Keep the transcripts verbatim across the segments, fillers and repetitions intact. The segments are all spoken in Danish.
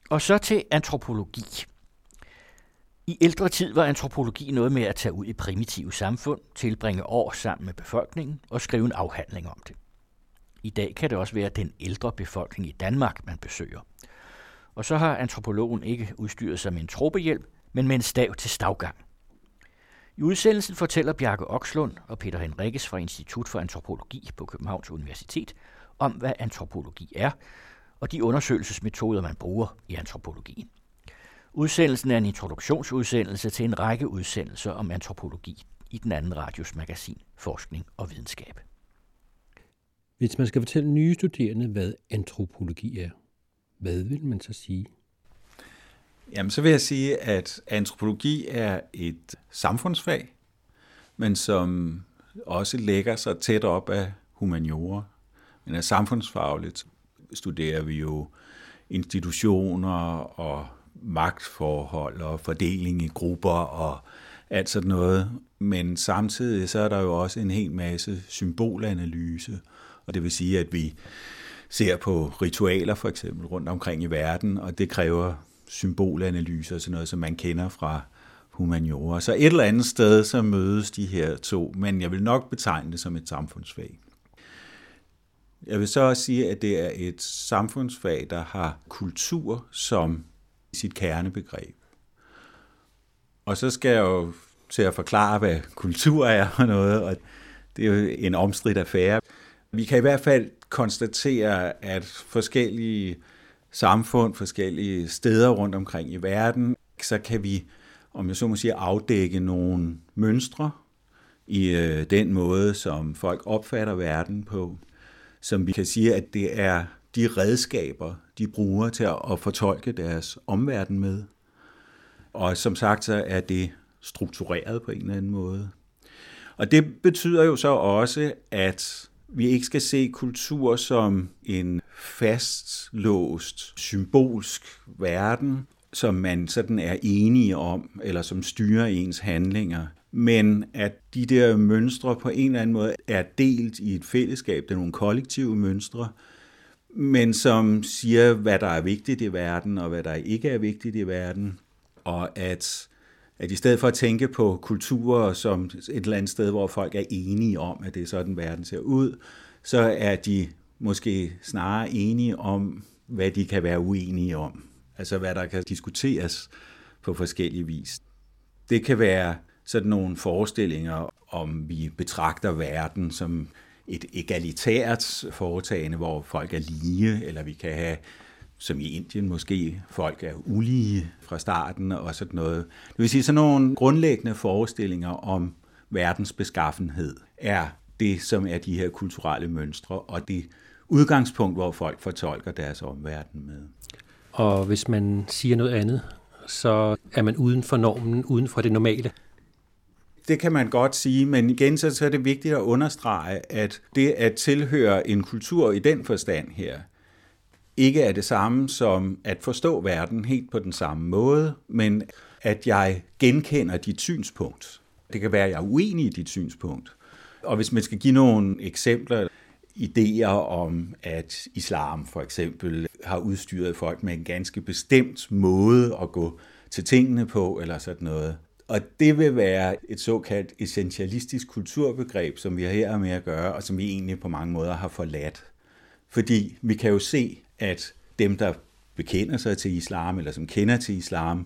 Og så til antropologi. I ældre tid var antropologi noget med at tage ud i primitive samfund, tilbringe år sammen med befolkningen og skrive en afhandling om det. I dag kan det også være den ældre befolkning i Danmark, man besøger. Og så har antropologen ikke udstyret sig med en tropehjelm, men med en stav til stavgang. I udsendelsen fortæller Bjarke Okslund og Peter Henriques fra Institut for Antropologi på Københavns Universitet om, hvad antropologi er, og de undersøgelsesmetoder, man bruger i antropologien. Udsendelsen er en introduktionsudsendelse til en række udsendelser om antropologi i den anden radios magasin Forskning og Videnskab. Hvis man skal fortælle nye studerende, hvad antropologi er, hvad vil man så sige? Jamen, så vil jeg sige, at antropologi er et samfundsfag, men som også lægger sig tæt op af humaniora. Men er samfundsfagligt studerer vi jo institutioner og magtforhold og fordeling i grupper og alt sådan noget. Men samtidig så er der jo også en hel masse symbolanalyse, og det vil sige, at vi ser på ritualer for eksempel rundt omkring i verden, og det kræver symbolanalyse og sådan noget, som man kender fra humaniora. Så et eller andet sted, så mødes de her to, men jeg vil nok betegne det som et samfundsfag. Jeg vil så også sige, at det er et samfundsfag, der har kultur som sit kernebegreb. Og så skal jeg jo til at forklare, hvad kultur er og noget, og det er jo en omstridt affære. Vi kan i hvert fald konstatere, at forskellige samfund, forskellige steder rundt omkring i verden, så kan vi, om jeg så må sige, afdække nogle mønstre i øh, den måde, som folk opfatter verden på, som vi kan sige, at det er de redskaber, de bruger til at, at fortolke deres omverden med. Og som sagt, så er det struktureret på en eller anden måde. Og det betyder jo så også, at vi ikke skal se kultur som en fastlåst, symbolsk verden, som man sådan er enige om, eller som styrer ens handlinger, men at de der mønstre på en eller anden måde er delt i et fællesskab, det er nogle kollektive mønstre, men som siger, hvad der er vigtigt i verden, og hvad der ikke er vigtigt i verden, og at, at i stedet for at tænke på kulturer som et eller andet sted, hvor folk er enige om, at det er sådan, verden ser ud, så er de måske snarere enige om, hvad de kan være uenige om. Altså hvad der kan diskuteres på forskellige vis. Det kan være sådan nogle forestillinger, om vi betragter verden som et egalitært foretagende, hvor folk er lige, eller vi kan have, som i Indien måske, folk er ulige fra starten og sådan noget. Det vil sige, sådan nogle grundlæggende forestillinger om verdens beskaffenhed er det, som er de her kulturelle mønstre, og det udgangspunkt, hvor folk fortolker deres omverden med. Og hvis man siger noget andet, så er man uden for normen, uden for det normale. Det kan man godt sige, men igen så er det vigtigt at understrege, at det at tilhøre en kultur i den forstand her, ikke er det samme som at forstå verden helt på den samme måde, men at jeg genkender dit synspunkt. Det kan være, at jeg er uenig i dit synspunkt. Og hvis man skal give nogle eksempler, idéer om, at islam for eksempel har udstyret folk med en ganske bestemt måde at gå til tingene på, eller sådan noget. Og det vil være et såkaldt essentialistisk kulturbegreb, som vi har her med at gøre, og som vi egentlig på mange måder har forladt. Fordi vi kan jo se, at dem, der bekender sig til islam, eller som kender til islam,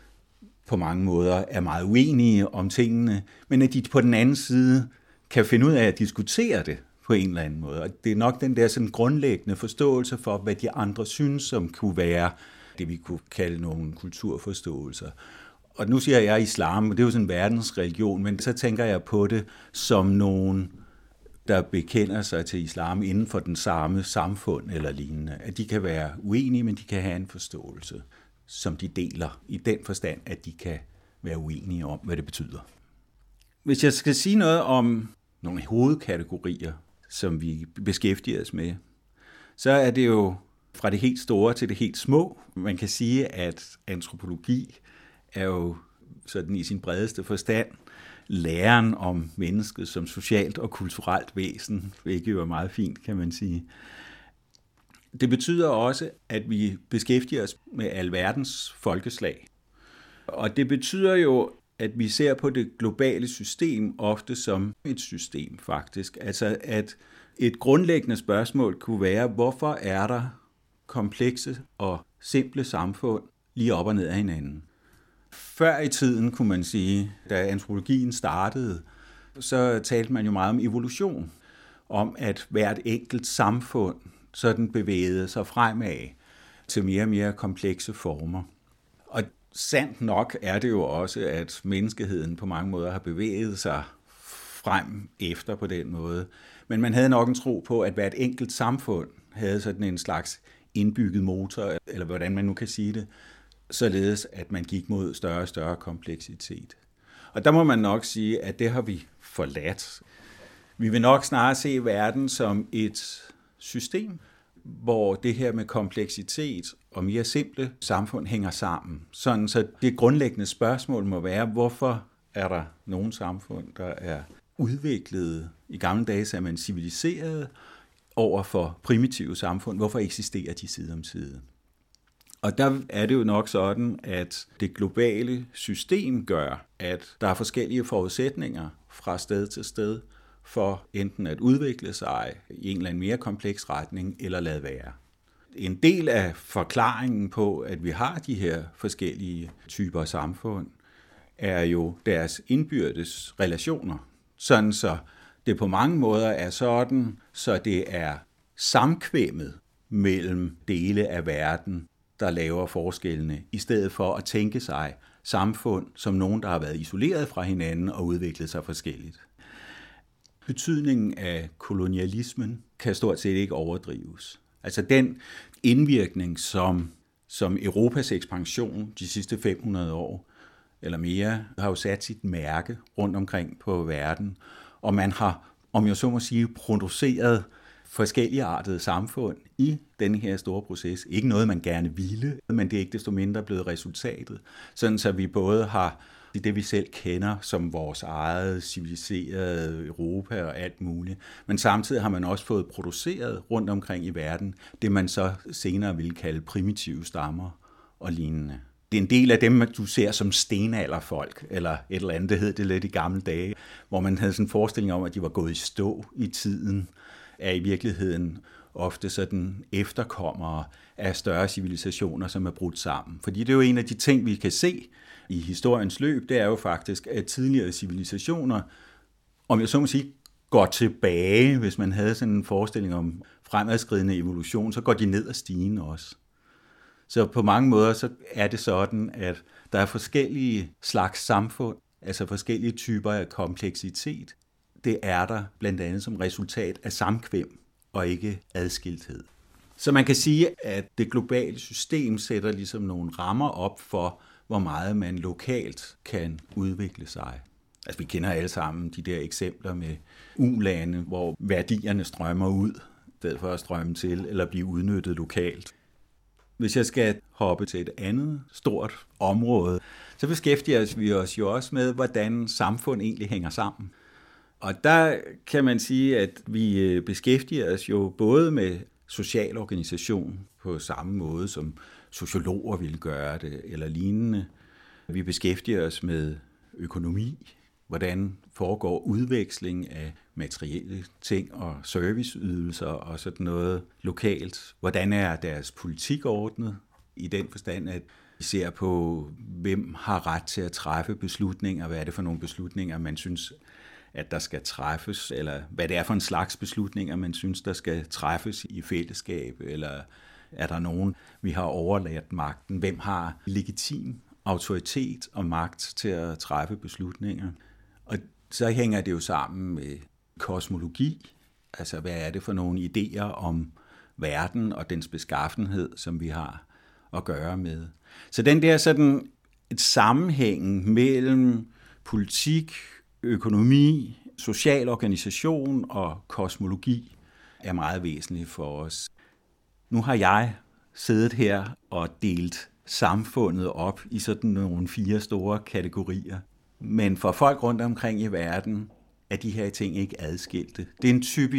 på mange måder er meget uenige om tingene, men at de på den anden side kan finde ud af at diskutere det på en eller anden måde. Og det er nok den der sådan grundlæggende forståelse for, hvad de andre synes, som kunne være det, vi kunne kalde nogle kulturforståelser. Og nu siger jeg islam, det er jo sådan en verdensreligion, men så tænker jeg på det som nogen, der bekender sig til islam inden for den samme samfund eller lignende. At de kan være uenige, men de kan have en forståelse, som de deler i den forstand, at de kan være uenige om, hvad det betyder. Hvis jeg skal sige noget om nogle hovedkategorier, som vi beskæftiger os med, så er det jo fra det helt store til det helt små. Man kan sige, at antropologi er jo sådan i sin bredeste forstand læren om mennesket som socialt og kulturelt væsen, hvilket jo er meget fint, kan man sige. Det betyder også, at vi beskæftiger os med alverdens folkeslag. Og det betyder jo, at vi ser på det globale system ofte som et system faktisk. Altså at et grundlæggende spørgsmål kunne være, hvorfor er der komplekse og simple samfund lige op og ned af hinanden? Før i tiden kunne man sige, da antropologien startede, så talte man jo meget om evolution. Om at hvert enkelt samfund sådan bevægede sig fremad til mere og mere komplekse former. Og sandt nok er det jo også, at menneskeheden på mange måder har bevæget sig frem efter på den måde. Men man havde nok en tro på, at hvert enkelt samfund havde sådan en slags indbygget motor, eller hvordan man nu kan sige det, således at man gik mod større og større kompleksitet. Og der må man nok sige, at det har vi forladt. Vi vil nok snarere se verden som et system, hvor det her med kompleksitet og mere simple samfund hænger sammen. Sådan så det grundlæggende spørgsmål må være, hvorfor er der nogle samfund, der er udviklet, i gamle dage er man civiliseret, over for primitive samfund. Hvorfor eksisterer de side om side? Og der er det jo nok sådan, at det globale system gør, at der er forskellige forudsætninger fra sted til sted, for enten at udvikle sig i en eller anden mere kompleks retning, eller lade være. En del af forklaringen på, at vi har de her forskellige typer samfund, er jo deres indbyrdes relationer. Sådan så det på mange måder er sådan, så det er samkvemmet mellem dele af verden, der laver forskellene, i stedet for at tænke sig samfund som nogen, der har været isoleret fra hinanden og udviklet sig forskelligt. Betydningen af kolonialismen kan stort set ikke overdrives. Altså den indvirkning, som, som Europas ekspansion de sidste fem hundrede år eller mere, har jo sat sit mærke rundt omkring på verden, og man har, om jeg så må sige, produceret forskellige artede samfund i den her store proces. Ikke noget, man gerne ville, men det er ikke desto mindre blevet resultatet. Sådan så vi både har det, vi selv kender som vores eget civiliserede Europa og alt muligt, men samtidig har man også fået produceret rundt omkring i verden det, man så senere ville kalde primitive stammer og lignende. Det er en del af dem, du ser som stenalderfolk, eller et eller andet, det hed det lidt i gamle dage, hvor man havde sådan en forestilling om, at de var gået i stå i tiden, er i virkeligheden ofte sådan efterkommere af større civilisationer, som er brudt sammen. Fordi det er jo en af de ting, vi kan se i historiens løb, det er jo faktisk, at tidligere civilisationer, om jeg så må sige, går tilbage, hvis man havde sådan en forestilling om fremadskridende evolution, så går de ned ad stigen også. Så på mange måder så er det sådan, at der er forskellige slags samfund, altså forskellige typer af kompleksitet. Det er der blandt andet som resultat af samkvem og ikke adskilthed. Så man kan sige, at det globale system sætter ligesom nogle rammer op for, hvor meget man lokalt kan udvikle sig. Altså vi kender alle sammen de der eksempler med u-lande, hvor værdierne strømmer ud, i stedet for at strømme til eller blive udnyttet lokalt. Hvis jeg skal hoppe til et andet stort område, så beskæftiger vi os jo også med, hvordan samfund egentlig hænger sammen. Og der kan man sige, at vi beskæftiger os jo både med social organisation på samme måde, som sociologer ville gøre det, eller lignende. Vi beskæftiger os med økonomi, hvordan foregår udveksling af materielle ting og serviceydelser og sådan noget lokalt. Hvordan er deres politik ordnet i den forstand, at vi ser på, hvem har ret til at træffe beslutninger, hvad er det for nogle beslutninger, man synes, at der skal træffes, eller hvad det er for en slags beslutninger, man synes, der skal træffes i fællesskab, eller er der nogen, vi har overladt magten? Hvem har legitim autoritet og magt til at træffe beslutninger? Og så hænger det jo sammen med kosmologi, altså hvad er det for nogle idéer om verden og dens beskaffenhed, som vi har at gøre med. Så den der sådan et sammenhæng mellem politik, økonomi, social organisation og kosmologi er meget væsentlig for os. Nu har jeg siddet her og delt samfundet op i sådan nogle fire store kategorier. Men for folk rundt omkring i verden er de her ting ikke adskilte. Det er en typisk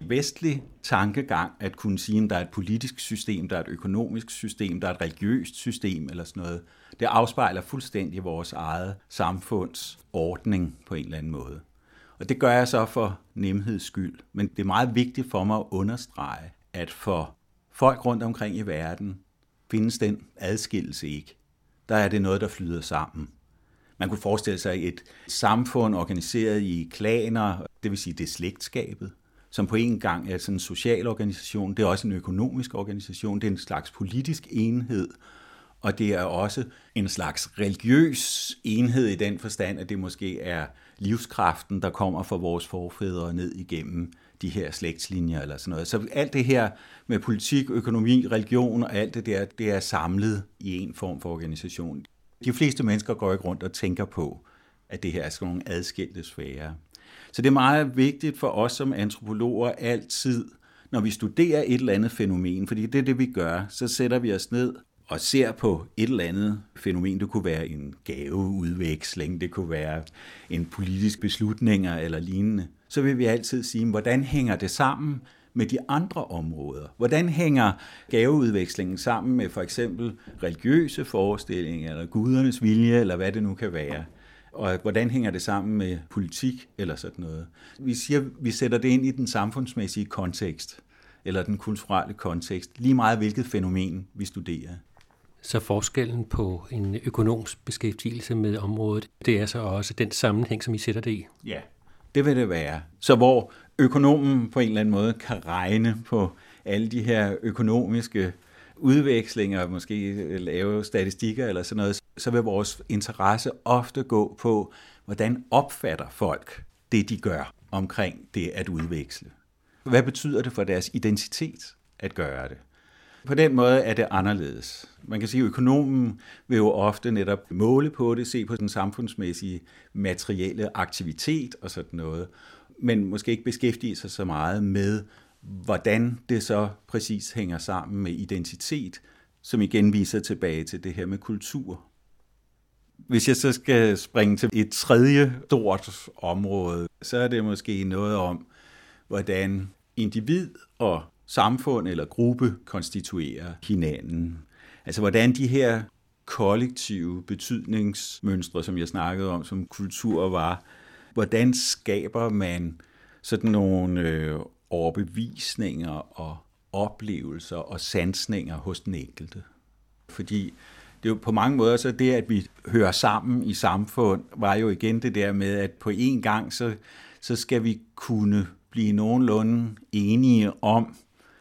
vestlig tankegang at kunne sige, at der er et politisk system, der er et økonomisk system, der er et religiøst system eller sådan noget. Det afspejler fuldstændig vores eget samfunds ordning på en eller anden måde. Og det gør jeg så for nemheds skyld. Men det er meget vigtigt for mig at understrege, at for folk rundt omkring i verden findes den adskillelse ikke. Der er det noget, der flyder sammen. Man kunne forestille sig et samfund organiseret i klaner, det vil sige det er slægtskabet, som på en gang er sådan en social organisation, det er også en økonomisk organisation, det er en slags politisk enhed, og det er også en slags religiøs enhed i den forstand, at det måske er livskraften, der kommer fra vores forfædre ned igennem de her slægtslinjer eller sådan noget. Så alt det her med politik, økonomi, religion og alt det der, det er samlet i en form for organisation. De fleste mennesker går ikke rundt og tænker på, at det her er sådan nogle adskilte sfærer. Så det er meget vigtigt for os som antropologer altid, når vi studerer et eller andet fænomen, fordi det er det, vi gør, så sætter vi os ned og ser på et eller andet fænomen. Det kunne være en gaveudveksling, det kunne være en politisk beslutning eller lignende. Så vil vi altid sige, hvordan hænger det sammen med de andre områder? Hvordan hænger gaveudvekslingen sammen med for eksempel religiøse forestillinger, eller gudernes vilje, eller hvad det nu kan være? Og hvordan hænger det sammen med politik, eller sådan noget? Vi siger, vi sætter det ind i den samfundsmæssige kontekst, eller den kulturelle kontekst, lige meget hvilket fænomen vi studerer. Så forskellen på en økonomisk beskæftigelse med området, det er så også den sammenhæng, som I sætter det i? Ja, det vil det være. Så hvor økonomen på en eller anden måde kan regne på alle de her økonomiske udvekslinger, måske lave statistikker eller sådan noget, så vil vores interesse ofte gå på, hvordan opfatter folk det, de gør omkring det at udveksle. Hvad betyder det for deres identitet at gøre det? På den måde er det anderledes. Man kan sige, at økonomen vil jo ofte netop måle på det, se på den samfundsmæssige materielle aktivitet og sådan noget, men måske ikke beskæftige sig så meget med, hvordan det så præcis hænger sammen med identitet, som igen viser tilbage til det her med kultur. Hvis jeg så skal springe til et tredje stort område, så er det måske noget om, hvordan individ og samfund eller gruppe konstituerer hinanden. Altså hvordan de her kollektive betydningsmønstre, som jeg snakkede om, som kultur var, hvordan skaber man sådan nogle øh, overbevisninger og oplevelser og sansninger hos den enkelte. Fordi det er jo på mange måder så det, at vi hører sammen i samfund, var jo igen det der med, at på en gang, så, så skal vi kunne blive nogenlunde enige om,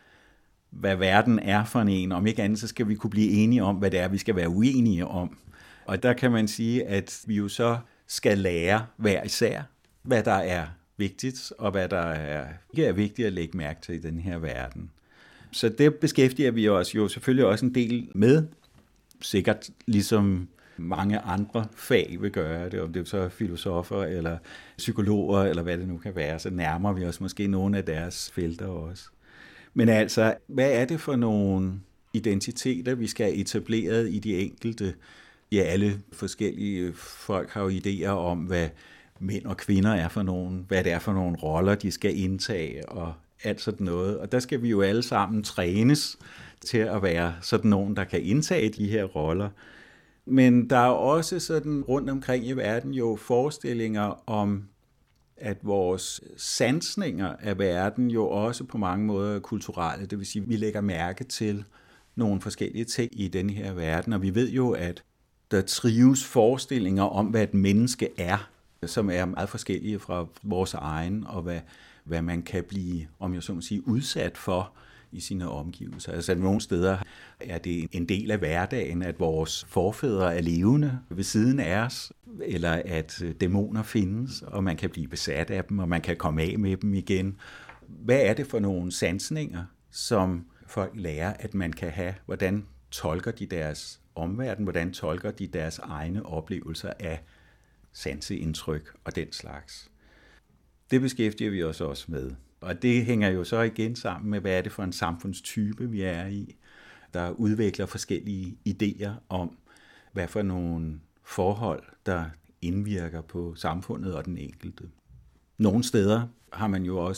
hvad verden er for en. Om ikke andet, så skal vi kunne blive enige om, hvad det er, vi skal være uenige om. Og der kan man sige, at vi jo så skal lære hver især, hvad der er vigtigt, og hvad der er, ikke er vigtigt at lægge mærke til i den her verden. Så det beskæftiger vi os jo selvfølgelig også en del med, sikkert ligesom mange andre fag vil gøre det, om det er så filosofer eller psykologer, eller hvad det nu kan være, så nærmer vi os måske nogle af deres felter også. Men altså, hvad er det for nogle identiteter, vi skal have etableret i de enkelte? Ja, alle forskellige folk har jo idéer om, hvad mænd og kvinder er for nogle, hvad det er for nogle roller, de skal indtage og alt sådan noget. Og der skal vi jo alle sammen trænes til at være sådan nogen, der kan indtage de her roller. Men der er også sådan rundt omkring i verden jo forestillinger om, at vores sansninger af verden jo også på mange måder er kulturelle. Det vil sige, at vi lægger mærke til nogle forskellige ting i den her verden, og vi ved jo, at der trives forestillinger om, hvad et menneske er, som er meget forskellige fra vores egen, og hvad, hvad man kan blive, om jeg så må sige, udsat for i sine omgivelser. Altså nogle steder er det en del af hverdagen, at vores forfædre er levende ved siden af os, eller at dæmoner findes, og man kan blive besat af dem, og man kan komme af med dem igen. Hvad er det for nogle sansninger, som folk lærer, at man kan have? Hvordan tolker de deres omverden? Hvordan tolker de deres egne oplevelser af sanseindtryk og den slags? Det beskæftiger vi os også med. Og det hænger jo så igen sammen med, hvad er det for en samfundstype, vi er i, der udvikler forskellige idéer om, hvad for nogle forhold, der indvirker på samfundet og den enkelte. Nogle steder har man jo også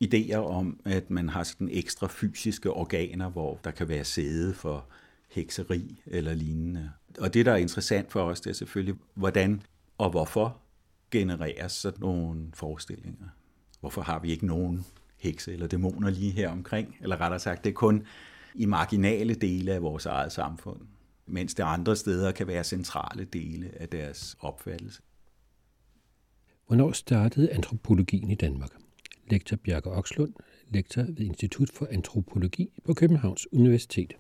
idéer om, at man har sådan ekstra fysiske organer, hvor der kan være sæde for hekseri eller lignende. Og det, der er interessant for os, det er selvfølgelig, hvordan og hvorfor genereres sådan nogle forestillinger. Hvorfor har vi ikke nogen hekse eller dæmoner lige her omkring? Eller rettere sagt, det er kun i marginale dele af vores eget samfund, mens det andre steder kan være centrale dele af deres opfattelse. Hvornår startede antropologien i Danmark? Lektor Bjarke Oxlund, lektor ved Institut for Antropologi på Københavns Universitet.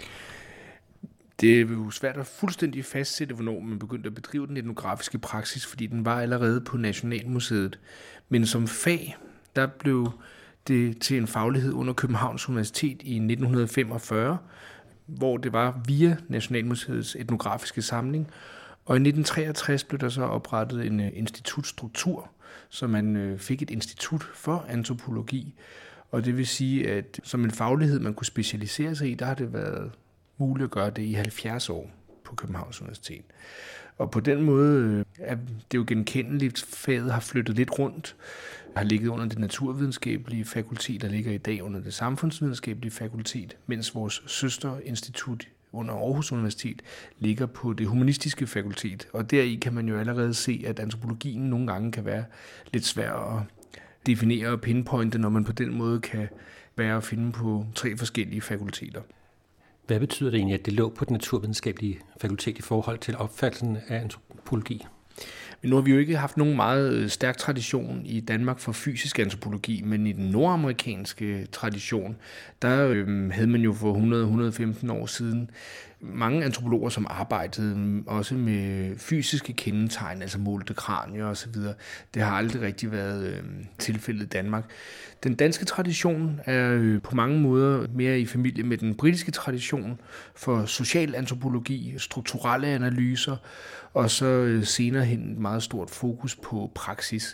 Det er jo svært at fuldstændig fastsætte, hvornår man begyndte at bedrive den etnografiske praksis, fordi den var allerede på Nationalmuseet. Men som fag, der blev det til en faglighed under Københavns Universitet i nitten femogfyrre, hvor det var via Nationalmuseets etnografiske samling. Og i nitten treogtres blev der så oprettet en institutstruktur, så man fik et institut for antropologi. Og det vil sige, at som en faglighed, man kunne specialisere sig i, der har det været muligt at gøre det i halvfjerds år på Københavns Universitet. Og på den måde er det jo genkendeligt, at faget har flyttet lidt rundt, har ligget under det naturvidenskabelige fakultet, der ligger i dag under det samfundsvidenskabelige fakultet, mens vores søsterinstitut under Aarhus Universitet ligger på det humanistiske fakultet. Og deri kan man jo allerede se, at antropologien nogle gange kan være lidt svær at definere og pinpointe, når man på den måde kan være at finde på tre forskellige fakulteter. Hvad betyder det egentlig, at det lå på det naturvidenskabelige fakultet i forhold til opfattelsen af antropologi? Men nu har vi jo ikke haft nogen meget stærk tradition i Danmark for fysisk antropologi, men i den nordamerikanske tradition, der øh, havde man jo for hundrede til hundrede og femten år siden mange antropologer, som arbejdede også med fysiske kendetegn, altså målte kranier osv. Det har aldrig rigtig været øh, tilfældet i Danmark. Den danske tradition er øh, på mange måder mere i familie med den britiske tradition for social antropologi, strukturelle analyser, og så øh, senere hen et meget stort fokus på praksis.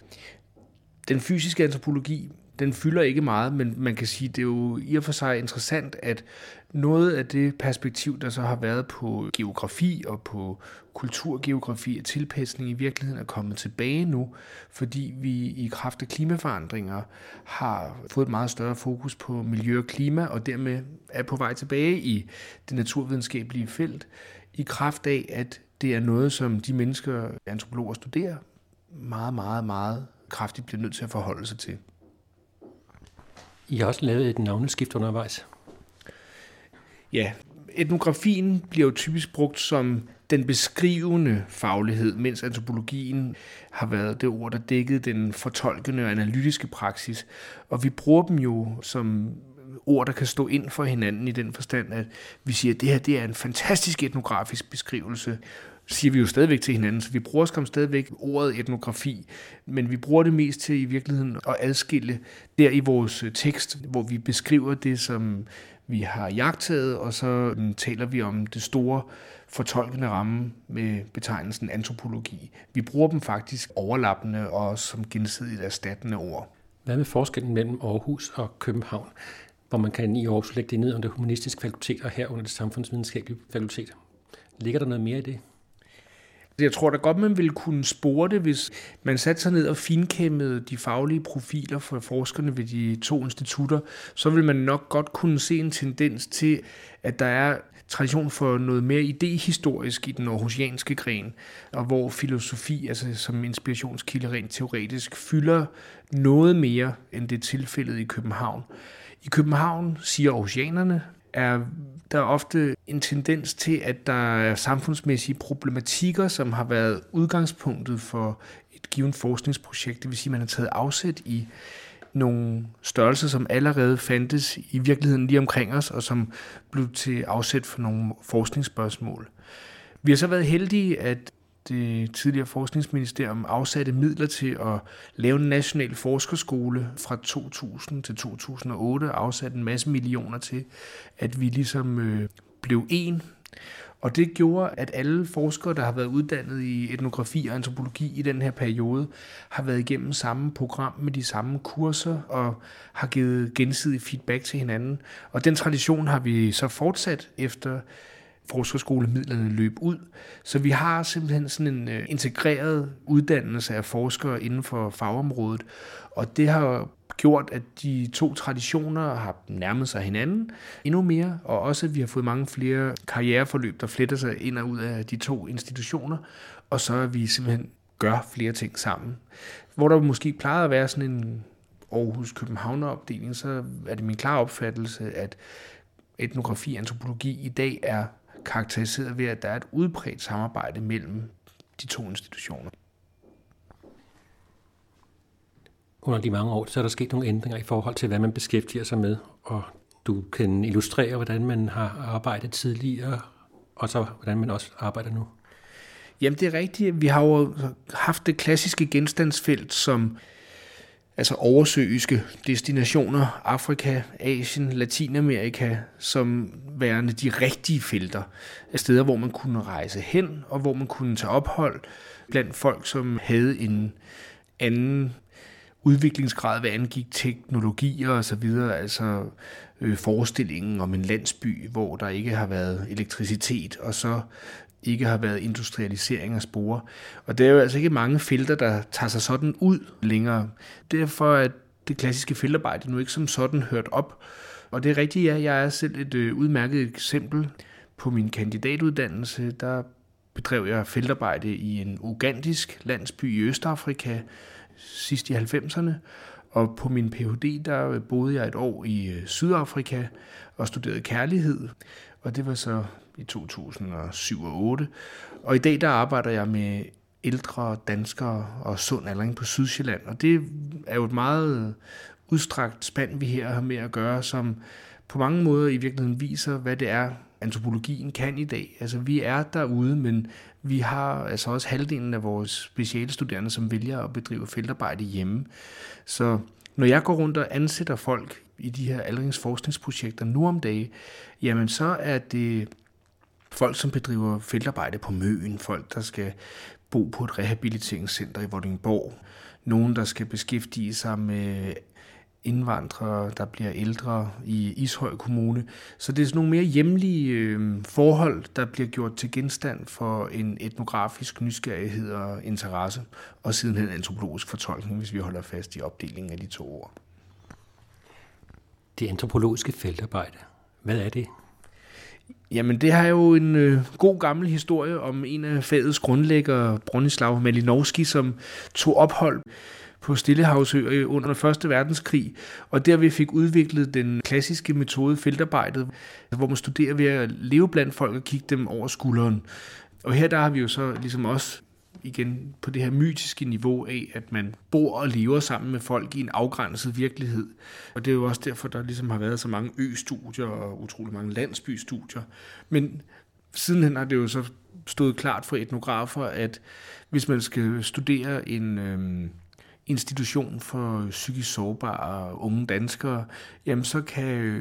Den fysiske antropologi, den fylder ikke meget, men man kan sige, det er jo i og for sig interessant, at noget af det perspektiv, der så har været på geografi og på kulturgeografi og tilpasning i virkeligheden er kommet tilbage nu, fordi vi i kraft af klimaforandringer har fået et meget større fokus på miljø og klima, og dermed er på vej tilbage i det naturvidenskabelige felt, i kraft af, at det er noget, som de mennesker, antropologer studerer, meget, meget, meget kraftigt bliver nødt til at forholde sig til. I har også lavet et navneskift undervejs. Ja, etnografien bliver jo typisk brugt som den beskrivende faglighed, mens antropologien har været det ord, der dækkede den fortolkende og analytiske praksis. Og vi bruger dem jo som ord, der kan stå ind for hinanden i den forstand, at vi siger, at det her det er en fantastisk etnografisk beskrivelse, siger vi jo stadigvæk til hinanden, så vi bruger skam stadigvæk ordet etnografi, men vi bruger det mest til i virkeligheden at adskille der i vores tekst, hvor vi beskriver det, som vi har jagttaget, og så taler vi om det store fortolkende ramme med betegnelsen antropologi. Vi bruger dem faktisk overlappende og som gensidigt erstattende ord. Hvad med forskellen mellem Aarhus og København, hvor man kan i Aarhus lægge det ned under det humanistiske fakultet og her under det samfundsvidenskabelige fakultet? Ligger der noget mere i det? Jeg tror da godt, man ville kunne spore det, hvis man satte sig ned og finkæmmede de faglige profiler for forskerne ved de to institutter. Så vil man nok godt kunne se en tendens til, at der er tradition for noget mere idehistorisk i den aarhusianske gren, og hvor filosofi, altså som inspirationskilde rent teoretisk, fylder noget mere, end det er tilfældet i København. I København, siger aarhusianerne, er der er ofte en tendens til, at der er samfundsmæssige problematikker, som har været udgangspunktet for et givet forskningsprojekt. Det vil sige, at man har taget afsæt i nogle størrelser, som allerede fandtes i virkeligheden lige omkring os, og som blev til afsæt for nogle forskningsspørgsmål. Vi har så været heldige, at det tidligere forskningsministerium afsatte midler til at lave en national forskerskole fra to tusind til to tusind og otte, og afsatte en masse millioner til, at vi ligesom øh, blev en. Og det gjorde, at alle forskere, der har været uddannet i etnografi og antropologi i den her periode, har været igennem samme program med de samme kurser og har givet gensidig feedback til hinanden. Og den tradition har vi så fortsat efter forskerskolemidlerne løb ud. Så vi har simpelthen sådan en integreret uddannelse af forskere inden for fagområdet, og det har gjort, at de to traditioner har nærmet sig hinanden endnu mere, og også at vi har fået mange flere karriereforløb, der fletter sig ind og ud af de to institutioner, og så at vi simpelthen gør flere ting sammen. Hvor der måske plejede at være sådan en Aarhus-Københavner-opdeling, så er det min klare opfattelse, at etnografi og antropologi i dag er karakteriseret ved, at der er et udbredt samarbejde mellem de to institutioner. Under de mange år, så er der sket nogle ændringer i forhold til, hvad man beskæftiger sig med, og du kan illustrere, hvordan man har arbejdet tidligere, og så hvordan man også arbejder nu. Jamen det er rigtigt. Vi har jo haft det klassiske genstandsfelt som altså oversøiske destinationer, Afrika, Asien, Latinamerika, som værende de rigtige felter. Steder, hvor man kunne rejse hen, og hvor man kunne tage ophold blandt folk, som havde en anden udviklingsgrad, hvad angik teknologier og så videre, altså øh, forestillingen om en landsby, hvor der ikke har været elektricitet, og så ikke har været industrialisering af spore. Og det er jo altså ikke mange felter, der tager sig sådan ud længere. Derfor er det klassiske feltarbejde nu ikke som sådan hørt op. Og det er rigtigt, ja, jeg er selv et øh, udmærket eksempel. På min kandidatuddannelse, der bedrev jeg feltarbejde i en ugandisk landsby i Østafrika sidst i halvfemserne. Og på min P H D, der boede jeg et år i øh, Sydafrika og studerede kærlighed. Og det var så i to tusind og syv og otte. Og i dag der arbejder jeg med ældre danskere og sund aldring på Sydsjælland. Og det er jo et meget udstrakt spand, vi her har med at gøre, som på mange måder i virkeligheden viser, hvad det er, antropologien kan i dag. Altså vi er derude, men vi har altså også halvdelen af vores specialstuderende, som vælger at bedrive feltarbejde hjemme. Så når jeg går rundt og ansætter folk i de her aldringsforskningsprojekter nu om dagen, jamen så er det folk, som bedriver feltarbejde på Møn, folk, der skal bo på et rehabiliteringscenter i Vordingborg, nogen, der skal beskæftige sig med indvandrere, der bliver ældre i Ishøj Kommune. Så det er sådan nogle mere hjemlige øh, forhold, der bliver gjort til genstand for en etnografisk nysgerrighed og interesse, og sidenhen antropologisk fortolkning, hvis vi holder fast i opdelingen af de to ord. Det antropologiske feltarbejde, hvad er det? Jamen, det har jo en øh, god gammel historie om en af fagets grundlæggere, Bronislaw Malinowski, som tog ophold på Stillehavsøer under første verdenskrig, og derved fik udviklet den klassiske metode feltarbejdet, hvor man studerer ved at leve blandt folk og kigge dem over skulderen. Og her der har vi jo så ligesom også igen på det her mytiske niveau af, at man bor og lever sammen med folk i en afgrænset virkelighed. Og det er jo også derfor, der ligesom har været så mange ø-studier og utrolig mange landsbystudier. Men sidenhen har det jo så stået klart for etnografer, at hvis man skal studere en øh, institution for psykisk sårbare unge danskere, jamen så kan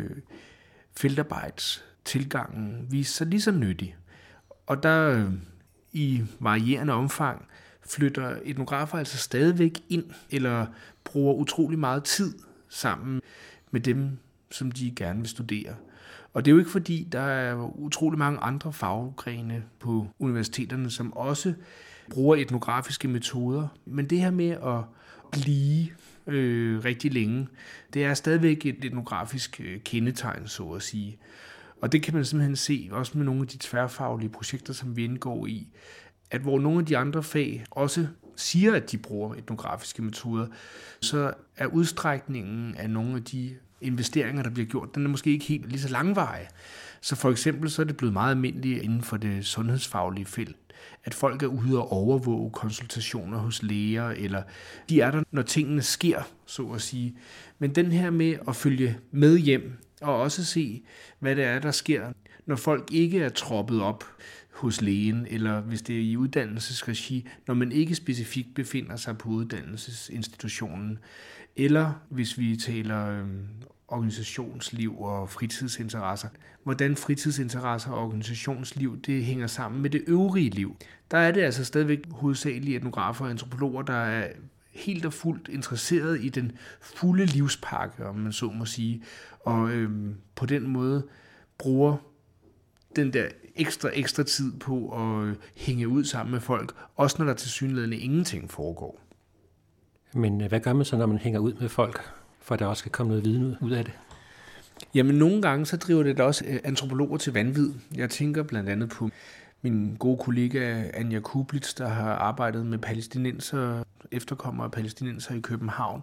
feltarbejdstilgangen vise sig lige så nyttig. Og der øh, i varierende omfang flytter etnografer altså stadigvæk ind, eller bruger utrolig meget tid sammen med dem, som de gerne vil studere. Og det er jo ikke fordi, der er utrolig mange andre faggrene på universiteterne, som også bruger etnografiske metoder. Men det her med at blive øh, rigtig længe, det er stadigvæk et etnografisk øh, kendetegn, så at sige. Og det kan man simpelthen se, også med nogle af de tværfaglige projekter, som vi indgår i, at hvor nogle af de andre fag også siger, at de bruger etnografiske metoder, så er udstrækningen af nogle af de investeringer, der bliver gjort, den er måske ikke helt lige så langvarig. Så for eksempel så er det blevet meget almindeligt inden for det sundhedsfaglige felt, at folk er ude og overvåge konsultationer hos læger, eller de er der, når tingene sker, så at sige. Men den her med at følge med hjem, og også se, hvad det er, der sker, når folk ikke er troppet op hos lægen, eller hvis det er i uddannelsesregi, når man ikke specifikt befinder sig på uddannelsesinstitutionen, eller hvis vi taler øh, organisationsliv og fritidsinteresser. Hvordan fritidsinteresser og organisationsliv, det hænger sammen med det øvrige liv. Der er det altså stadigvæk hovedsageligt etnografer og antropologer, der er helt og fuldt interesseret i den fulde livspakke, om man så må sige, og øhm, på den måde bruger den der ekstra, ekstra tid på at øh, hænge ud sammen med folk, også når der tilsyneladende ingenting foregår. Men hvad gør man så, når man hænger ud med folk for at der også skal komme noget viden ud af det? Jamen, nogle gange så driver det da også antropologer til vanvid. Jeg tænker blandt andet på min gode kollega Anja Kublitz, der har arbejdet med palæstinenser, efterkommere af palæstinenser i København,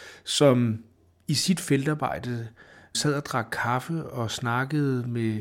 som i sit feltarbejde sad og drak kaffe og snakkede med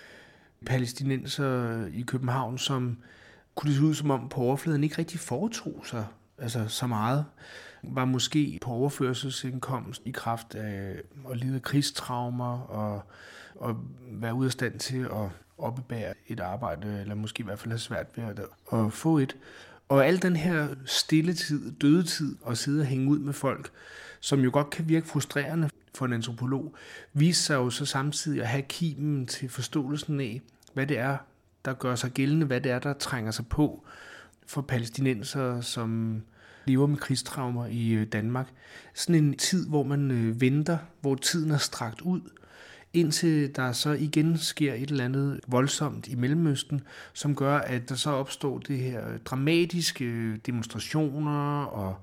palæstinenser i København, som kunne det se ud som om på overfladen ikke rigtig foretog sig altså så meget, var måske på overførselsindkomst i kraft af at lide af krigstraumer og, og være ude af stand til at opbære et arbejde, eller måske i hvert fald have svært ved at, at få et. Og al den her stilletid, dødetid, og sidde og hænge ud med folk, som jo godt kan virke frustrerende for en antropolog, viser sig jo så samtidig at have kimen til forståelsen af, hvad det er, der gør sig gældende, hvad det er, der trænger sig på for palæstinenser, som lever med krigstraumer i Danmark. Sådan en tid, hvor man venter, hvor tiden er strakt ud, indtil der så igen sker et eller andet voldsomt i Mellemøsten, som gør, at der så opstår det her dramatiske demonstrationer og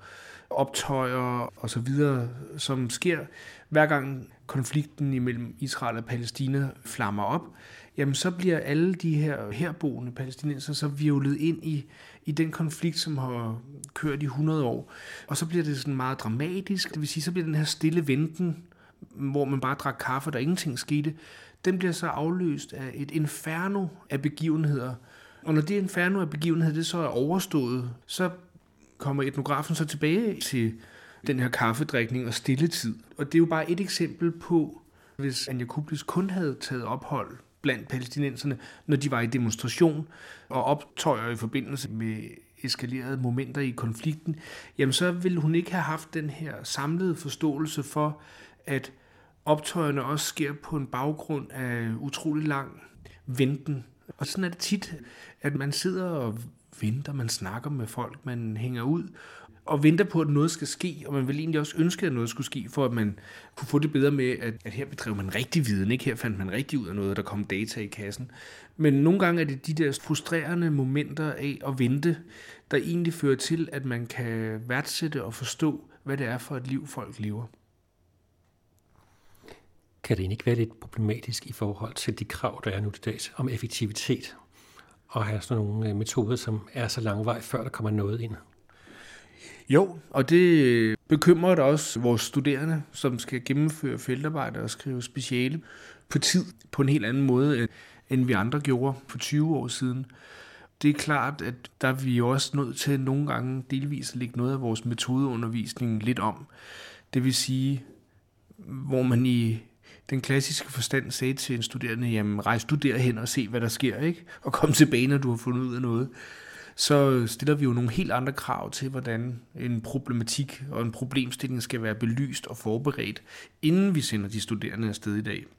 optøjer og så videre, som sker hver gang konflikten imellem Israel og Palæstina flammer op. Jamen så bliver alle de her herboende palæstinenser så hvirvlet ind i, i den konflikt, som har kørt i hundrede år. Og så bliver det sådan meget dramatisk, det vil sige, så bliver den her stille venten, hvor man bare drak kaffe, og der ingenting skete, den bliver så afløst af et inferno af begivenheder. Og når det inferno af begivenheder, det så er overstået, så kommer etnografen så tilbage til den her kaffedrikning og stilletid. Og det er jo bare et eksempel på, hvis Anja Kublitz kun havde taget ophold blandt palæstinenserne, når de var i demonstration og optøjer i forbindelse med eskalerede momenter i konflikten, jamen så ville hun ikke have haft den her samlede forståelse for, at optøjerne også sker på en baggrund af utrolig lang venten. Og sådan er det tit, at man sidder og venter, man snakker med folk, man hænger ud og venter på, at noget skal ske, og man vil egentlig også ønske, at noget skulle ske, for at man kunne få det bedre med, at, at her bedrev man rigtig viden, ikke? Her fandt man rigtig ud af noget, der kom data i kassen. Men nogle gange er det de der frustrerende momenter af at vente, der egentlig fører til, at man kan værdsætte og forstå, hvad det er for et liv, folk lever. Kan det ikke være lidt problematisk i forhold til de krav, der er nu til dags om effektivitet, og have sådan nogle metoder, som er så lang vej, før der kommer noget ind? Jo, og det bekymrer da også vores studerende, som skal gennemføre feltarbejde og skrive speciale på tid på en helt anden måde, end vi andre gjorde for tyve år siden. Det er klart, at der er vi også nødt til nogle gange delvis at lægge noget af vores metodeundervisning lidt om. Det vil sige, hvor man i den klassiske forstand sagde til en studerende, jamen rejs du derhen og se, hvad der sker, ikke? Og kom tilbage, når du har fundet ud af noget. Så stiller vi jo nogle helt andre krav til, hvordan en problematik og en problemstilling skal være belyst og forberedt, inden vi sender de studerende afsted i dag.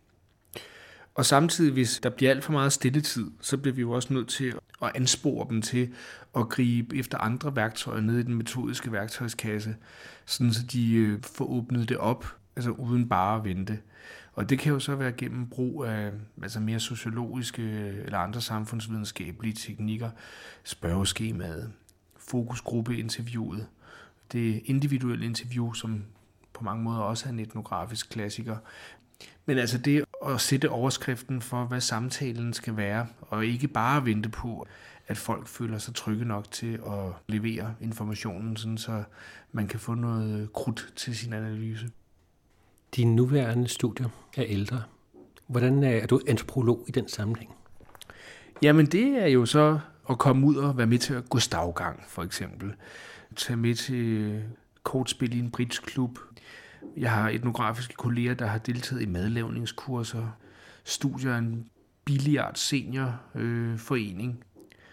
Og samtidig, hvis der bliver alt for meget stilletid, så bliver vi jo også nødt til at anspore dem til at gribe efter andre værktøjer nede i den metodiske værktøjskasse, sådan så de får åbnet det op, altså uden bare at vente. Og det kan jo så være gennem brug af altså mere sociologiske eller andre samfundsvidenskabelige teknikker, spørgeskemaet, fokusgruppeinterviewet, det individuelle interview, som på mange måder også er en etnografisk klassiker. Men altså det at sætte overskriften for, hvad samtalen skal være, og ikke bare vente på, at folk føler sig trygge nok til at levere informationen, sådan så man kan få noget krudt til sin analyse. Dine nuværende studier er ældre. Hvordan er du antropolog i den sammenhæng? Jamen det er jo så at komme ud og være med til at gå stavgang, for eksempel. Tage med til kortspil i en bridgeklub. Jeg har etnografiske kolleger, der har deltaget i madlavningskurser, studier af en billiard seniorforening.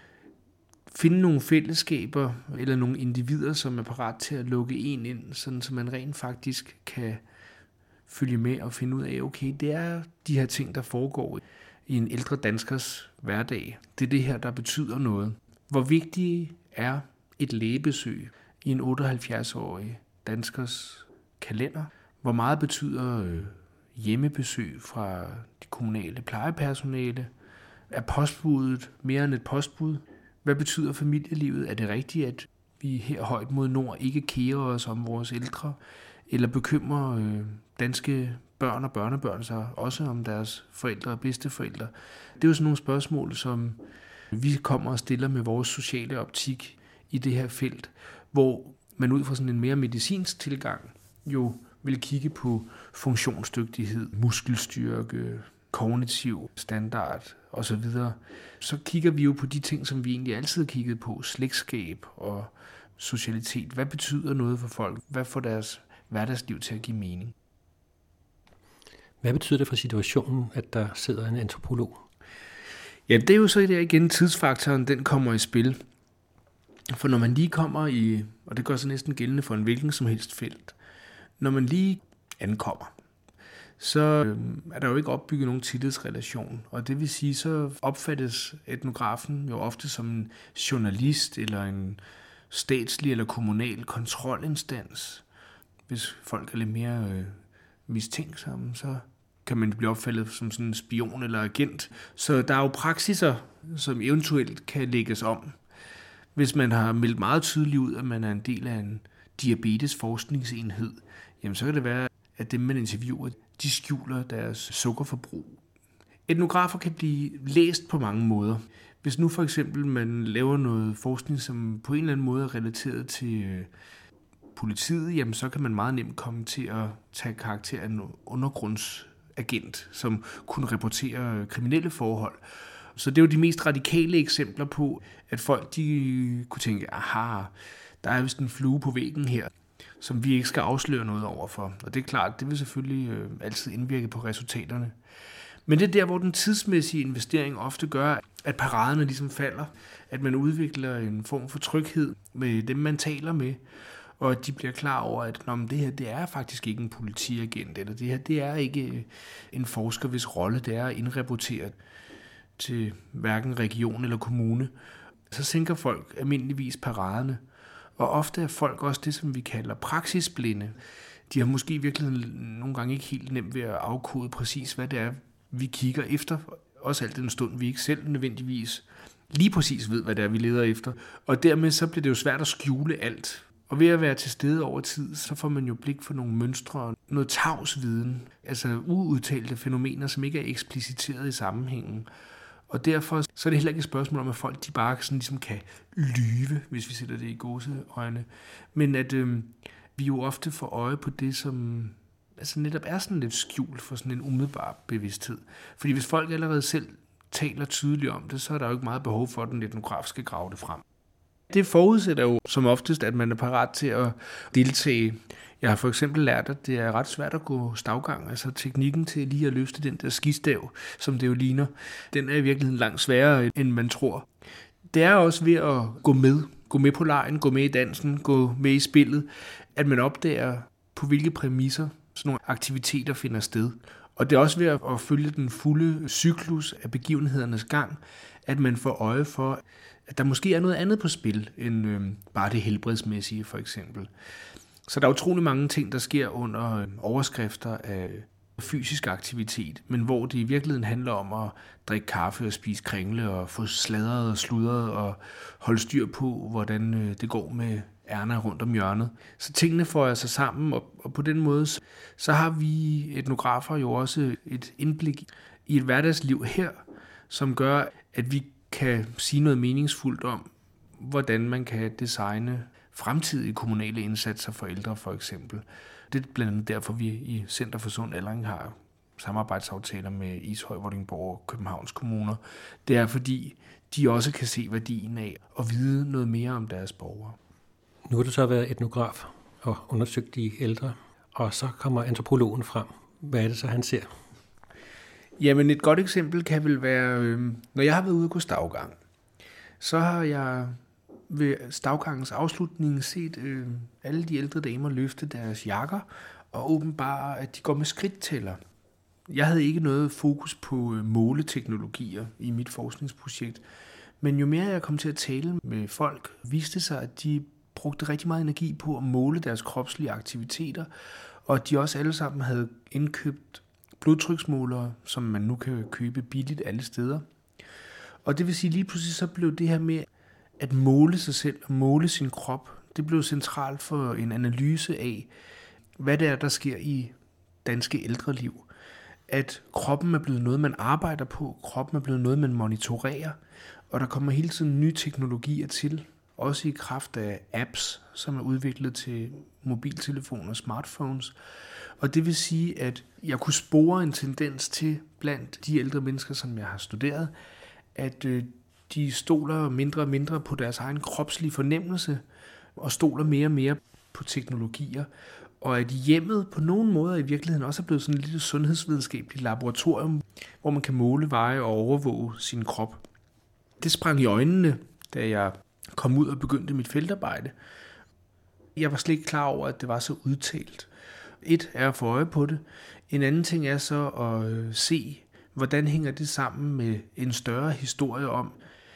Finde nogle fællesskaber eller nogle individer, som er parat til at lukke en ind, sådan så man rent faktisk kan følge med og finde ud af, okay, det er de her ting, der foregår i en ældre danskers hverdag. Det er det her, der betyder noget. Hvor vigtigt er et lægebesøg i en otteoghalvfjerds-årig danskers kalender? Hvor meget betyder hjemmebesøg fra de kommunale plejepersonale? Er postbuddet mere end et postbud? Hvad betyder familielivet? Er det rigtigt, at vi her højt mod nord ikke kerer os om vores ældre? Eller bekymrer øh, danske børn og børnebørn sig også om deres forældre og bedsteforældre? Det er jo sådan nogle spørgsmål, som vi kommer og stiller med vores sociale optik i det her felt, hvor man ud fra sådan en mere medicinsk tilgang jo vil kigge på funktionsdygtighed, muskelstyrke, kognitiv standard osv. Så kigger vi jo på de ting, som vi egentlig altid har kigget på, slægtskab og socialitet. Hvad betyder noget for folk? Hvad får deres hverdagsliv til at give mening? Hvad betyder det for situationen, at der sidder en antropolog? Ja, det er jo så der igen tidsfaktoren, den kommer i spil. For når man lige kommer i, og det gør sig næsten gældende for en hvilken som helst felt, når man lige ankommer, så er der jo ikke opbygget nogen tillidsrelation. Og det vil sige, så opfattes etnografen jo ofte som en journalist eller en statslig eller kommunal kontrolinstans. Hvis folk er lidt mere øh, mistænksomme, så kan man blive opfattet som sådan en spion eller agent. Så der er jo praksiser, som eventuelt kan lægges om. Hvis man har meldt meget tydeligt ud, at man er en del af en diabetesforskningsenhed, jamen så kan det være, at dem man interviewer, de skjuler deres sukkerforbrug. Etnografer kan blive læst på mange måder. Hvis nu for eksempel man laver noget forskning, som på en eller anden måde er relateret til øh, politiet, jamen så kan man meget nemt komme til at tage karakter af en undergrundsagent, som kunne rapportere kriminelle forhold. Så det er jo de mest radikale eksempler på, at folk de kunne tænke, aha, der er vist en flue på væggen her, som vi ikke skal afsløre noget overfor. Og det er klart, det vil selvfølgelig øh, altid indvirke på resultaterne. Men det er der, hvor den tidsmæssige investering ofte gør, at paraderne ligesom falder, at man udvikler en form for tryghed med dem, man taler med, og at de bliver klar over, at Nå, men det her det er faktisk ikke en politiagent, eller det her det er ikke en forsker, hvis rolle det er at indrapportere til hverken region eller kommune. Så sænker folk almindeligvis paraderne, og ofte er folk også det, som vi kalder praksisblinde. De har måske i virkeligheden nogle gange ikke helt nemt ved at afkode præcis, hvad det er, vi kigger efter. Også alt den stund, vi ikke selv nødvendigvis lige præcis ved, hvad det er, vi leder efter. Og dermed så bliver det jo svært at skjule alt. Og ved at være til stede over tid, så får man jo blik for nogle mønstre og noget tavsviden. Altså uudtalte fænomener, som ikke er ekspliciteret i sammenhængen. Og derfor så er det heller ikke et spørgsmål om, at folk de bare sådan ligesom kan lyve, hvis vi sætter det i gåseøjne. Men at øh, vi jo ofte får øje på det, som altså netop er sådan lidt skjult for sådan en umiddelbar bevidsthed. Fordi hvis folk allerede selv taler tydeligt om det, så er der jo ikke meget behov for, at den etnograf skal grave det frem. Det forudsætter jo som oftest, at man er parat til at deltage. Jeg har for eksempel lært, at det er ret svært at gå stavgang. Altså teknikken til lige at løfte den der skistav, som det jo ligner, den er i virkeligheden langt sværere, end man tror. Det er også ved at gå med. Gå med på lejen, gå med i dansen, gå med i spillet, at man opdager, på hvilke præmisser sådan nogle aktiviteter finder sted. Og det er også ved at følge den fulde cyklus af begivenhedernes gang, at man får øje for, at der måske er noget andet på spil, end øh, bare det helbredsmæssige for eksempel. Så der er utrolig mange ting, der sker under øh, overskrifter af fysisk aktivitet, men hvor det i virkeligheden handler om at drikke kaffe og spise kringle og få sladret og sludret og holde styr på, hvordan øh, det går med ærner rundt om hjørnet. Så tingene får altså sammen, og, og på den måde, så, så har vi etnografer jo også et indblik i et hverdagsliv her, som gør, at vi kan sige noget meningsfuldt om, hvordan man kan designe fremtidige kommunale indsatser for ældre for eksempel. Det er blandt andet derfor, vi i Center for Sund Aldring har samarbejdsaftaler med Ishøj, Vordingborg og Københavns kommuner. Det er fordi, de også kan se værdien af at vide noget mere om deres borgere. Nu har du så været etnograf og undersøgt de ældre, og så kommer antropologen frem. Hvad er det så, han ser? Jamen et godt eksempel kan vel være, øh, når jeg har været ude at gå stavgang, så har jeg ved stavgangens afslutning set øh, alle de ældre damer løfte deres jakker og åbenbare, at de går med skridttæller. Jeg havde ikke noget fokus på øh, måleteknologier i mit forskningsprojekt, men jo mere jeg kom til at tale med folk, viste sig, at de brugte rigtig meget energi på at måle deres kropslige aktiviteter, og at de også alle sammen havde indkøbt blodtryksmålere, som man nu kan købe billigt alle steder. Og det vil sige, lige pludselig så blev det her med at måle sig selv og måle sin krop, det blev centralt for en analyse af, hvad det er, der sker i danske ældreliv. At kroppen er blevet noget, man arbejder på, kroppen er blevet noget, man monitorerer, og der kommer hele tiden nye teknologier til, også i kraft af apps, som er udviklet til mobiltelefoner og smartphones. Og det vil sige, at jeg kunne spore en tendens til blandt de ældre mennesker, som jeg har studeret, at de stoler mindre og mindre på deres egen kropslige fornemmelse, og stoler mere og mere på teknologier, og at hjemmet på nogle måder i virkeligheden også er blevet sådan et lille sundhedsvidenskabeligt laboratorium, hvor man kan måle, veje og overvåge sin krop. Det sprang i øjnene, da jeg kom ud og begyndte mit feltarbejde. Jeg var slet ikke klar over, at det var så udtalt. Et er at få øje på det. En anden ting er så at se, hvordan hænger det sammen med en større historie om,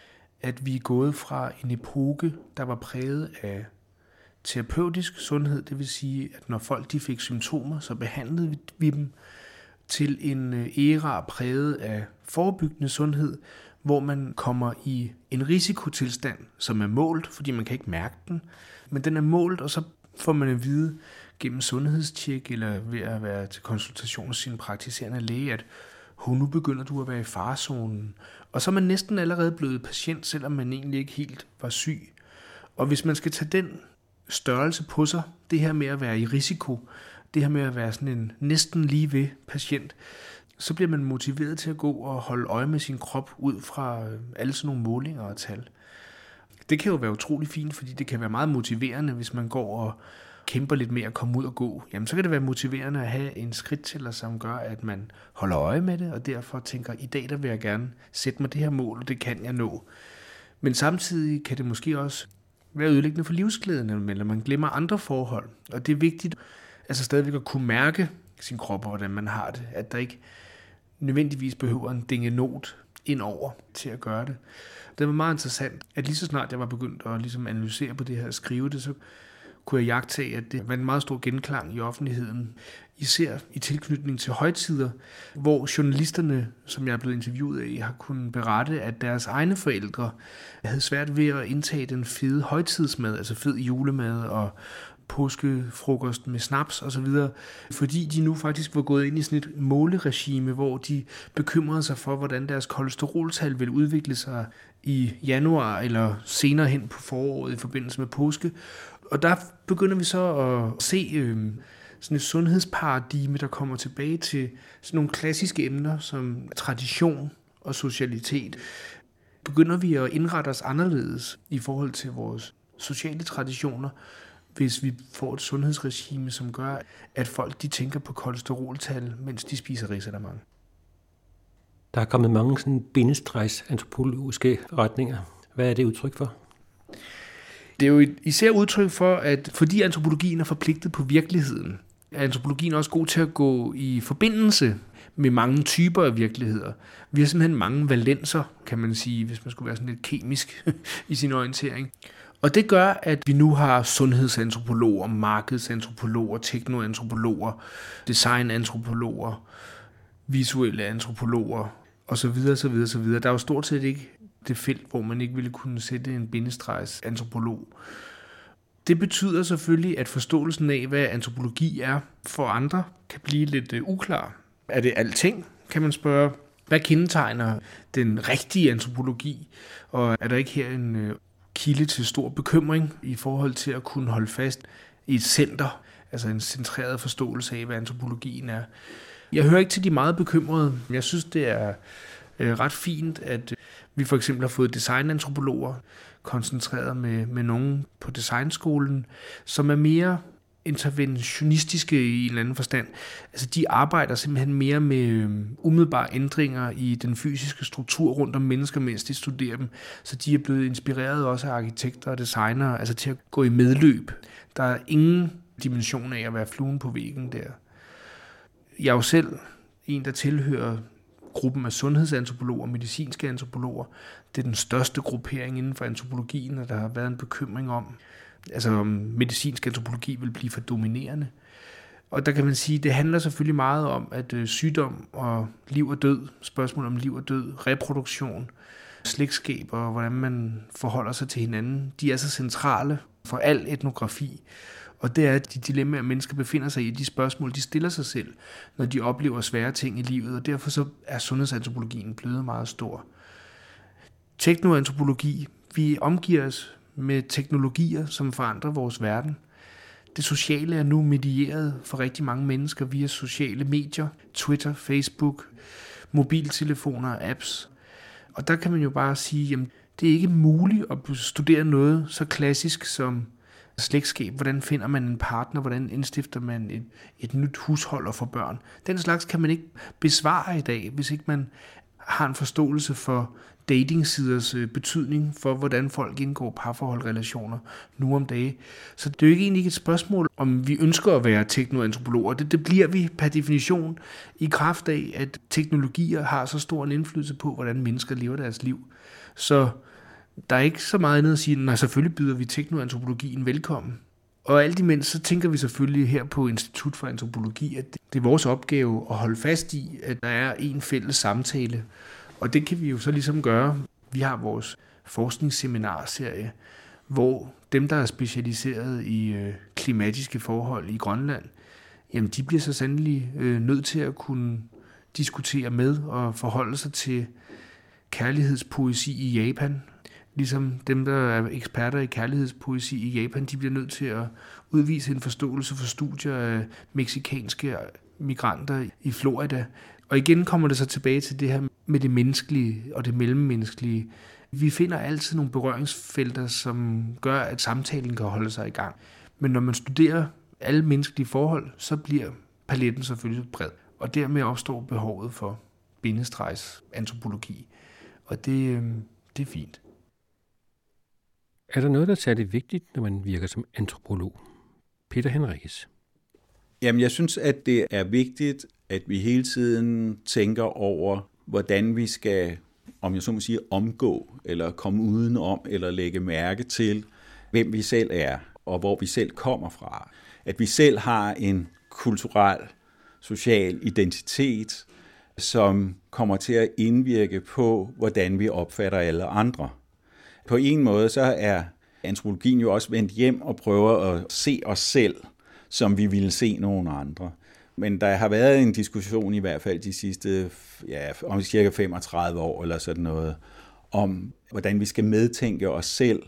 at vi er gået fra en epoke, der var præget af terapeutisk sundhed, det vil sige, at når folk de fik symptomer, så behandlede vi dem, til en æra præget af forebyggende sundhed, hvor man kommer i en risikotilstand, som er målt, fordi man kan ikke mærke den, men den er målt, og så får man at vide gennem sundhedstjek eller ved at være til konsultation hos sin praktiserende læge, at nu begynder du at være i farezonen. Og så er man næsten allerede blevet patient, selvom man egentlig ikke helt var syg. Og hvis man skal tage den størrelse på sig, det her med at være i risiko, det her med at være sådan en næsten lige ved patient, så bliver man motiveret til at gå og holde øje med sin krop ud fra alle sådan nogle målinger og tal. Det kan jo være utrolig fint, fordi det kan være meget motiverende, hvis man går og kæmper lidt med at komme ud og gå. Jamen, så kan det være motiverende at have en skridttæller, som gør, at man holder øje med det, og derfor tænker, i dag der vil jeg gerne sætte mig det her mål, og det kan jeg nå. Men samtidig kan det måske også være ødelæggende for livsglæden, eller man glemmer andre forhold. Og det er vigtigt altså stadigvæk at kunne mærke sin krop, og hvordan man har det. At der ikke nødvendigvis behøver en dingenot ind over til at gøre det. Det var meget interessant, at lige så snart jeg var begyndt at ligesom analysere på det her og skrive det, så kunne jeg jagtage, at det var en meget stor genklang i offentligheden, især i tilknytning til højtider, hvor journalisterne, som jeg er blevet interviewet af, har kunnet berette, at deres egne forældre havde svært ved at indtage den fede højtidsmad, altså fed julemad og påskefrokost med snaps osv., fordi de nu faktisk var gået ind i sådan et måleregime, hvor de bekymrede sig for, hvordan deres kolesteroltal ville udvikle sig i januar eller senere hen på foråret i forbindelse med påske. Og der begynder vi så at se øh, sådan et sundhedsparadigme, der kommer tilbage til sådan nogle klassiske emner som tradition og socialitet. Begynder vi at indrette os anderledes i forhold til vores sociale traditioner, hvis vi får et sundhedsregime, som gør, at folk de tænker på kolesteroltal, mens de spiser risalamande. Der er kommet mange sådan bindestregs antropologiske retninger. Hvad er det udtryk for? Det er jo især udtryk for, at fordi antropologien er forpligtet på virkeligheden, er antropologien også god til at gå i forbindelse med mange typer af virkeligheder. Vi har simpelthen mange valenser, kan man sige, hvis man skulle være sådan lidt kemisk i sin orientering. Og det gør, at vi nu har sundhedsantropologer, markedsantropologer, teknoantropologer, designantropologer, visuelle antropologer osv. osv. osv. Der er jo stort set ikke det felt, hvor man ikke ville kunne sætte en bindestregs antropolog. Det betyder selvfølgelig, at forståelsen af, hvad antropologi er for andre, kan blive lidt uklar. Er det alting, kan man spørge. Hvad kendetegner den rigtige antropologi? Og er der ikke her en kilde til stor bekymring i forhold til at kunne holde fast i et center, altså en centreret forståelse af, hvad antropologien er? Jeg hører ikke til de meget bekymrede. Jeg synes, det er ret fint, at vi for eksempel har fået designantropologer koncentreret med, med nogen på designskolen, som er mere interventionistiske i en eller anden forstand. Altså de arbejder simpelthen mere med umiddelbare ændringer i den fysiske struktur rundt om mennesker, mens de studerer dem. Så de er blevet inspireret også af arkitekter og designere, altså til at gå i medløb. Der er ingen dimension af at være fluen på væggen der. Jeg er jo selv en, der tilhører gruppen af sundhedsantropologer og medicinske antropologer. Det er den største gruppering inden for antropologien, og der har været en bekymring om, altså om medicinsk antropologi vil blive for dominerende. Og der kan man sige, det handler selvfølgelig meget om, at sygdom og liv og død, spørgsmål om liv og død, reproduktion, slægtskab og hvordan man forholder sig til hinanden, de er så centrale for al etnografi. Og det er de dilemmaer, mennesker befinder sig i, de spørgsmål, de stiller sig selv, når de oplever svære ting i livet, og derfor så er sundhedsantropologien blevet meget stor. Teknoantropologi, vi omgiver os med teknologier, som forandrer vores verden. Det sociale er nu medieret for rigtig mange mennesker via sociale medier, Twitter, Facebook, mobiltelefoner og apps. Og der kan man jo bare sige, jamen det er ikke muligt at studere noget så klassisk som slægtskab. Hvordan finder man en partner? Hvordan indstifter man et, et nyt hushold og får børn? Den slags kan man ikke besvare i dag, hvis ikke man har en forståelse for datingsiders betydning for, hvordan folk indgår parforholdrelationer nu om dage. Så det er jo ikke egentlig ikke et spørgsmål, om vi ønsker at være teknoantropologer. Det, det bliver vi per definition i kraft af, at teknologier har så stor en indflydelse på, hvordan mennesker lever deres liv. Så der er ikke så meget andet at sige, nej, selvfølgelig byder vi teknoantropologien velkommen. Og alt imens, så tænker vi selvfølgelig her på Institut for Antropologi, at det er vores opgave at holde fast i, at der er en fælles samtale. Og det kan vi jo så ligesom gøre. Vi har vores forskningsseminarserie, hvor dem, der er specialiseret i øh, klimatiske forhold i Grønland, jamen de bliver så sandelig øh, nødt til at kunne diskutere med og forholde sig til kærlighedspoesi i Japan. Ligesom dem, der er eksperter i kærlighedspoesi i Japan, de bliver nødt til at udvise en forståelse for studier af meksikanske migranter i Florida. Og igen kommer det så tilbage til det her med det menneskelige og det mellemmenneskelige. Vi finder altid nogle berøringsfelter, som gør, at samtalen kan holde sig i gang. Men når man studerer alle menneskelige forhold, så bliver paletten selvfølgelig bred. Og dermed opstår behovet for bindestregs antropologi. Og det, det er fint. Er der noget, der er særligt vigtigt, når man virker som antropolog? Peter Henriques. Jamen, jeg synes, at det er vigtigt, at vi hele tiden tænker over, hvordan vi skal, om jeg så må sige, omgå, eller komme udenom, eller lægge mærke til, hvem vi selv er, og hvor vi selv kommer fra. At vi selv har en kulturel, social identitet, som kommer til at indvirke på, hvordan vi opfatter alle andre. På en måde så er antropologien jo også vendt hjem og prøver at se os selv, som vi ville se nogle andre. Men der har været en diskussion i hvert fald de sidste, ja, om cirka femogtredive år eller sådan noget, om hvordan vi skal medtænke os selv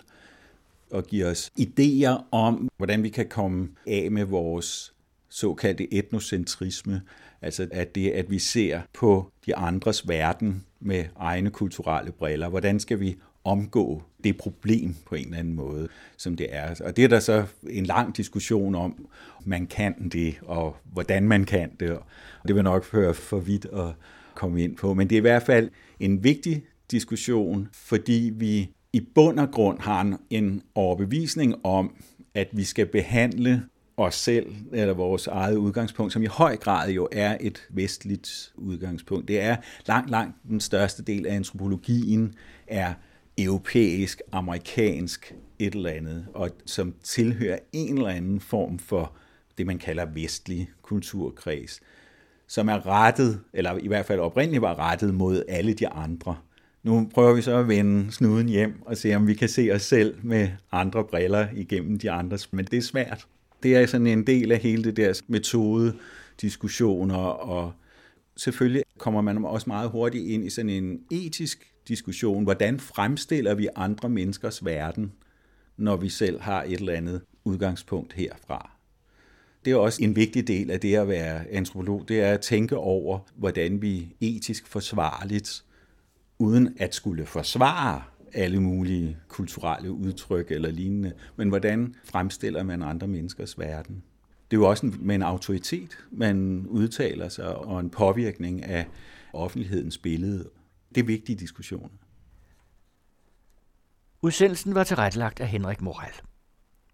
og give os idéer om, hvordan vi kan komme af med vores såkaldte etnocentrisme, altså at det, at vi ser på de andres verden med egne kulturelle briller. Hvordan skal vi omgå det problem på en eller anden måde, som det er. Og det er der så en lang diskussion om, man kan det, og hvordan man kan det. Og det vil nok føre for vidt at komme ind på. Men det er i hvert fald en vigtig diskussion, fordi vi i bund og grund har en overbevisning om, at vi skal behandle os selv, eller vores eget udgangspunkt, som i høj grad jo er et vestligt udgangspunkt. Det er langt, langt den største del af antropologien er europæisk, amerikansk, et eller andet, og som tilhører en eller anden form for det, man kalder vestlig kulturkreds, som er rettet, eller i hvert fald oprindeligt var rettet mod alle de andre. Nu prøver vi så at vende snuden hjem og se, om vi kan se os selv med andre briller igennem de andres, men det er svært. Det er sådan en del af hele det der metode, diskussioner, og selvfølgelig kommer man også meget hurtigt ind i sådan en etisk diskussion. Hvordan fremstiller vi andre menneskers verden, når vi selv har et eller andet udgangspunkt herfra? Det er også en vigtig del af det at være antropolog, det er at tænke over, hvordan vi etisk forsvarligt, uden at skulle forsvare alle mulige kulturelle udtryk eller lignende, men hvordan fremstiller man andre menneskers verden? Det er jo også med en autoritet, man udtaler sig, og en påvirkning af offentlighedens billede. Det er vigtige diskussioner. Udsendelsen var tilrettelagt af Henrik Morell.